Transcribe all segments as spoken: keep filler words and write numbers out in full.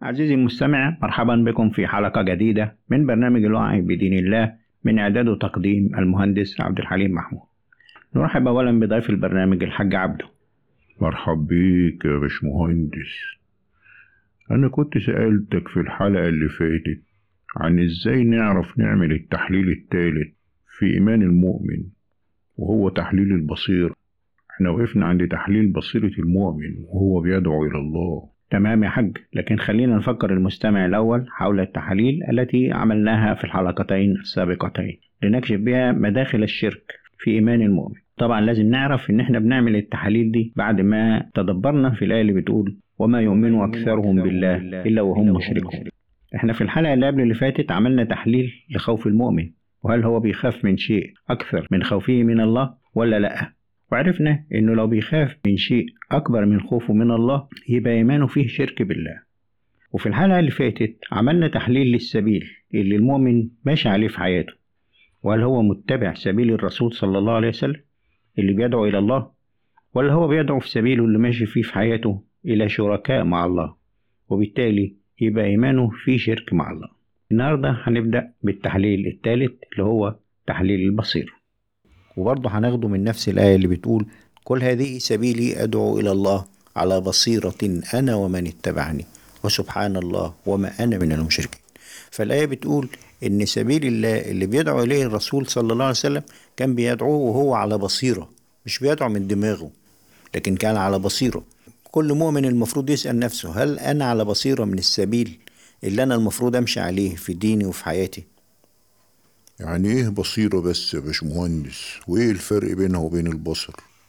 عزيزي المستمع، مرحبا بكم في حلقة جديدة من برنامج الوعي بدين الله، من إعداد وتقديم المهندس عبد الحليم محمود. نرحب أولا بضيف البرنامج الحاج عبده. مرحب بيك يا باشمهندس. أنا كنت سألتك في الحلقة اللي فاتت عن إزاي نعرف نعمل التحليل الثالث في إيمان المؤمن، وهو تحليل البصير. احنا وقفنا عند تحليل بصيرة المؤمن وهو بيدعو إلى الله. تمام يا حاج، لكن خلينا نفكر المستمع الأول حول التحاليل التي عملناها في الحلقتين السابقتين لنكشف بها مداخل الشرك في إيمان المؤمن. طبعا لازم نعرف إن احنا بنعمل التحاليل دي بعد ما تدبرنا في الآية اللي بتقول وما يؤمن أكثرهم بالله إلا وهم مشركون. احنا في الحلقة اللي قبل اللي فاتت عملنا تحليل لخوف المؤمن، وهل هو بيخاف من شيء أكثر من خوفه من الله ولا لأ، وعرفنا إنه لو بيخاف من شيء أكبر من خوفه من الله يبقى إيمانه فيه شرك بالله. وفي الحلقة اللي فاتت عملنا تحليل للسبيل اللي المؤمن ماشي عليه في حياته، وهل هو متبع سبيل الرسول صلى الله عليه وسلم اللي بيدعو إلى الله، ولا هو بيدعو في سبيله اللي ماشي فيه في حياته إلى شركاء مع الله، وبالتالي يبقى إيمانه فيه شرك مع الله. النهاردة هنبدأ بالتحليل الثالث اللي هو تحليل البصير، وبرضه هناخده من نفس الآية اللي بتقول كل هذه سبيلي أدعو إلى الله على بصيرة أنا ومن اتبعني وسبحان الله وما أنا من المشركين. فالآية بتقول إن سبيل الله اللي بيدعو إليه الرسول صلى الله عليه وسلم كان بيدعوه وهو على بصيرة، مش بيدعو من دماغه، لكن كان على بصيرة. كل مؤمن المفروض يسأل نفسه هل أنا على بصيرة من السبيل اللي أنا المفروض أمشي عليه في ديني وفي حياتي؟ يعني إيه بصيرة بس يا باشمهندس؟ وإيه الفرق بينها وبين البصر؟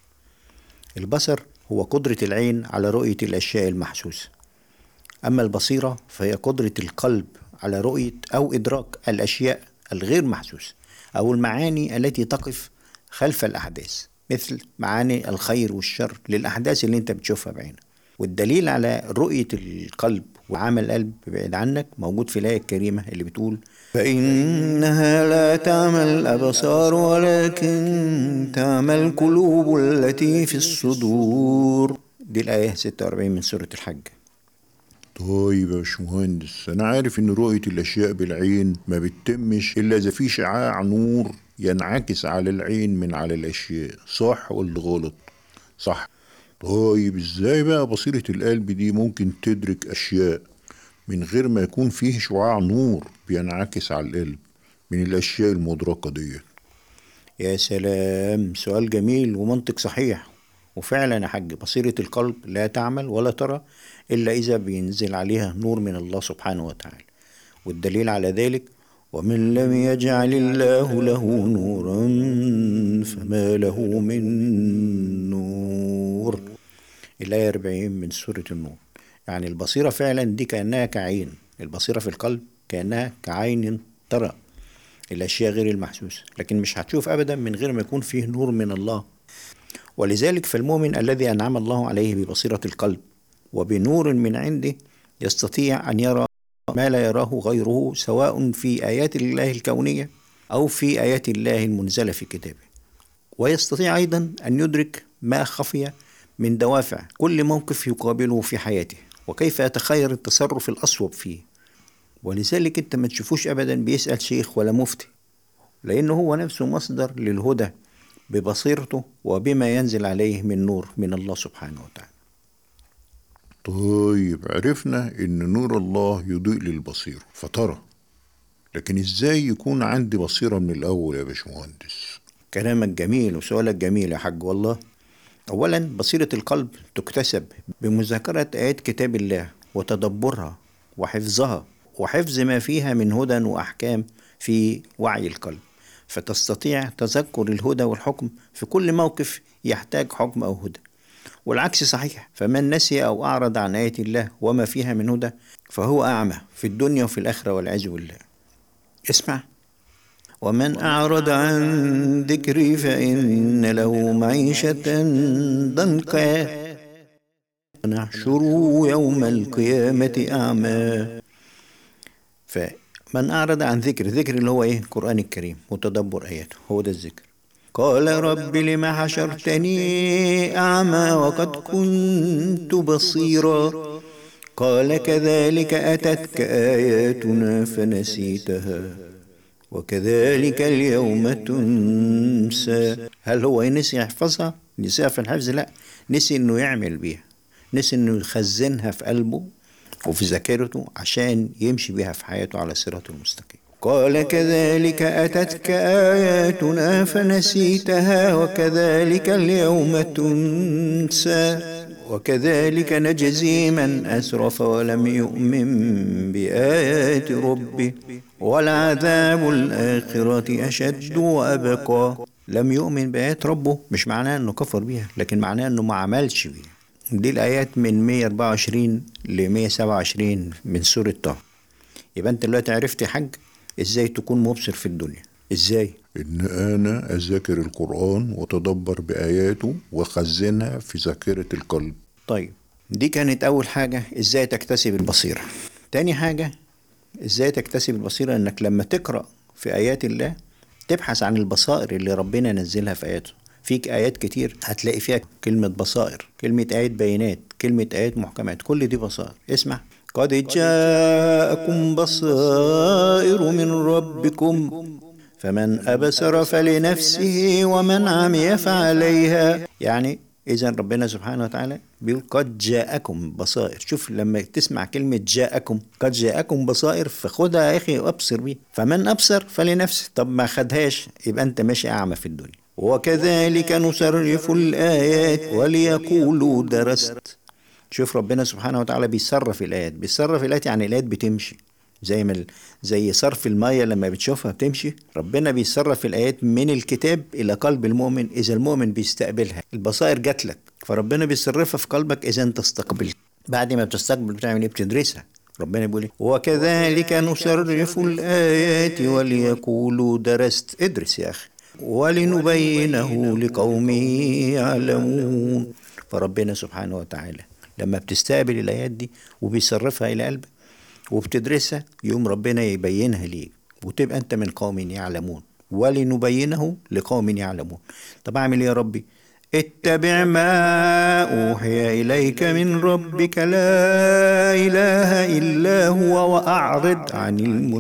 البصر هو قدرة العين على رؤية الأشياء المحسوسة، أما البصيرة فهي قدرة القلب على رؤية أو إدراك الأشياء الغير محسوسة أو المعاني التي تقف خلف الأحداث، مثل معاني الخير والشر للأحداث اللي أنت بتشوفها بعينك. والدليل على رؤية القلب وعمل القلب بعيد عنك موجود في الآية الكريمة اللي بتقول فإنها لا تعمى الأبصار ولكن تعمى القلوب التي في الصدور. دي الآية ستة وأربعين من سورة الحج. طيب يا باشمهندس، أنا عارف إن رؤية الأشياء بالعين ما بتتمش إلا إذا في شعاع نور ينعكس على العين من على الأشياء، صح ولا غلط؟ صح. طيب إزاي بقى بصيرة القلب دي ممكن تدرك أشياء من غير ما يكون فيه شعاع نور بينعكس على القلب من الأشياء المدركة دي؟ يا سلام، سؤال جميل ومنطق صحيح. وفعلا يا حاج، بصيرة القلب لا تعمل ولا ترى إلا إذا بينزل عليها نور من الله سبحانه وتعالى. والدليل على ذلك ومن لم يجعل الله له نورا فما له من نور. الآية أربعين من سورة النور. يعني البصيرة فعلا دي كأنها كعين، البصيرة في القلب كأنها كعين ترى الأشياء غير المحسوسة، لكن مش هتشوف أبدا من غير ما يكون فيه نور من الله. ولذلك فالمؤمن الذي أنعم الله عليه ببصيرة القلب وبنور من عنده يستطيع أن يرى ما لا يراه غيره، سواء في آيات الله الكونية أو في آيات الله المنزلة في كتابه. ويستطيع أيضا أن يدرك ما خفي من دوافع كل موقف يقابله في حياته، وكيف يتخير التصرف الأصوب فيه. ولذلك أنت ما تشوفوش أبدا بيسأل شيخ ولا مفتي، لأنه هو نفسه مصدر للهدى ببصيرته وبما ينزل عليه من نور من الله سبحانه وتعالى. طيب عرفنا إن نور الله يضيء للبصير فترى، لكن إزاي يكون عندي بصيرة من الأول يا باشمهندس؟ كلامك جميل وسؤالك جميل يا حاج والله. أولا، بصيرة القلب تكتسب بمذاكرة آيات كتاب الله وتدبرها وحفظها وحفظ ما فيها من هدى وأحكام في وعي القلب، فتستطيع تذكر الهدى والحكم في كل موقف يحتاج حكم أو هدى. والعكس صحيح، فمن نسي أو أعرض عن آيات الله وما فيها من هدى فهو أعمى في الدنيا وفي الآخرة والعياذ بالله. اسمع: ومن أعرض عن ذكري فإن له معيشة ضنكا ونحشره يوم القيامة أعمى. فمن أعرض عن ذكر، ذكر اللي هو إيه؟ القرآن الكريم وتدبر آياته، هو ده الذكر. قال رب لما حشرتني أعمى وقد كنت بصيرا قال كذلك أتتك آياتنا فنسيتها وكذلك اليوم تنسى. هل هو نسي يحفظها؟ نسيها في الحفظ؟ لا، نسي انه يعمل بيها، نسي انه يخزنها في قلبه وفي ذاكرته عشان يمشي بيها في حياته على صراط المستقيم. قال كذلك أتتك آياتنا فنسيتها وكذلك اليوم تنسى وكذلك نجزي من أسرف ولم يؤمن بآيات ربه ولعذاب الآخرة أشد وأبقى. لم يؤمن بآيات ربه مش معناه أنه كفر بيها، لكن معناه أنه ما عملش بيها. دي الآيات من مية وأربعة وعشرين ل مية وسبعة وعشرين من سورة طه. يبقى أنت دلوقتي عرفت يا حاج إزاي تكون مبصر في الدنيا. إزاي؟ إن أنا أذاكر القرآن وتدبر بآياته وخزنها في ذاكرة القلب. طيب، دي كانت أول حاجة، إزاي تكتسب البصيرة. تاني حاجة، إزاي تكتسب البصيرة، إنك لما تقرأ في آيات الله تبحث عن البصائر اللي ربنا نزلها في آياته. فيك آيات كتير هتلاقي فيها كلمة بصائر، كلمة آيات بينات، كلمة آيات محكمات، كل دي بصائر. اسمع: قد جاءكم بصائر من ربكم فمن أبصر فلنفسه ومن عمي فعليها. يعني إذا ربنا سبحانه وتعالى بيقول قد جاءكم بصائر. شوف لما تسمع كلمة جاءكم، قد جاءكم بصائر، فخدها يا أخي وأبصر بيه. فمن أبصر فلنفسه. طب ما خدهاش يبقى أنت ماشي أعمى في الدنيا. وكذلك نصرف الآيات وليقولوا درست. شوف ربنا سبحانه وتعالى بيصرف الآيات. بيصرف الآيات يعني الآيات بتمشي زي ما زي صرف المية لما بتشوفها بتمشي. ربنا بيصرف الآيات من الكتاب إلى قلب المؤمن إذا المؤمن بيستقبلها. البصائر جات لك فربنا بيصرفها في قلبك إذا أنت استقبلت. بعد ما بتستقبل بتعمل إيه؟ بتدرسها. ربنا بيقول: وكذلك نصرف الآيات وليقولوا درست. ادرس يا أخي. ولنبينه لقوم يعلمون. فربنا سبحانه وتعالى لما بتستقبل الآيات دي وبيصرفها إلى قلبك وبتدرسها، يوم ربنا يبينها ليك وتبقى أنت من قوم يعلمون. ولنبينه لقوم يعلمون. طب أعمل إيه يا ربي؟ اتبع ما أوحي إليك من ربك لا إله إلا هو وأعرض عن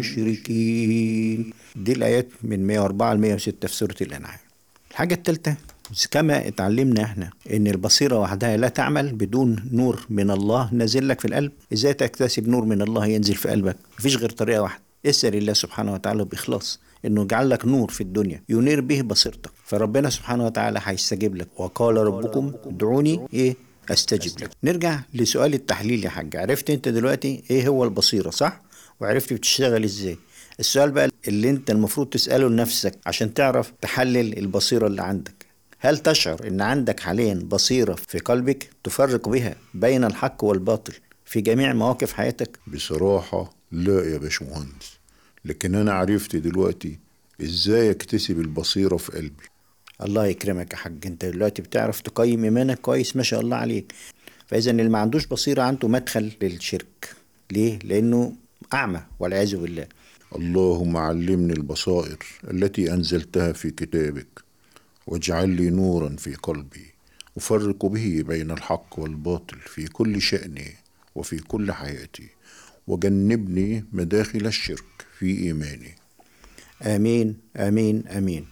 المشركين. دي الآيات من مية وأربعة ل مية وستة في سورة الأنعام. الحاجة الثالثة، كما اتعلمنا احنا ان البصيرة وحدها لا تعمل بدون نور من الله نازل لك في القلب. ازاي تكتسب نور من الله ينزل في قلبك؟ مفيش غير طريقة واحدة. اسأل الله سبحانه وتعالى بإخلاص انه يجعل لك نور في الدنيا ينير به بصيرتك، فربنا سبحانه وتعالى هيستجيب لك. وقال ربكم ادعوني ايه استجب لك. نرجع لسؤال التحليل يا حاج. عرفت انت دلوقتي ايه هو البصيرة، صح؟ وعرفت بتشتغل ازاي. السؤال بقى اللي انت المفروض تسأله لنفسك عشان تعرف تحلل البصيرة اللي عندك: هل تشعر ان عندك حاليا بصيرة في قلبك تفرق بها بين الحق والباطل في جميع مواقف حياتك؟ بصراحة لا يا باشمهندس، لكن انا عرفت دلوقتي ازاي اكتسب البصيرة في قلبي. الله يكرمك يا حاج، انت دلوقتي بتعرف تقيم ايمانك كويس، ما شاء الله عليك. فاذا اللي ما عندوش بصيرة عنده مدخل للشرك. ليه؟ لانه اعمى والعياذ بالله. اللهم علمني البصائر التي انزلتها في كتابك واجعل لي نورا في قلبي أفرق به بين الحق والباطل في كل شأني وفي كل حياتي، وجنبني مداخل الشرك في إيماني. آمين آمين آمين.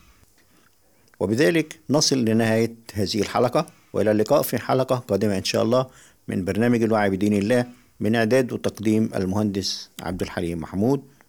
وبذلك نصل لنهاية هذه الحلقة، وإلى اللقاء في حلقة قادمة إن شاء الله من برنامج الوعي بدين الله، من إعداد وتقديم المهندس عبد الحليم محمود.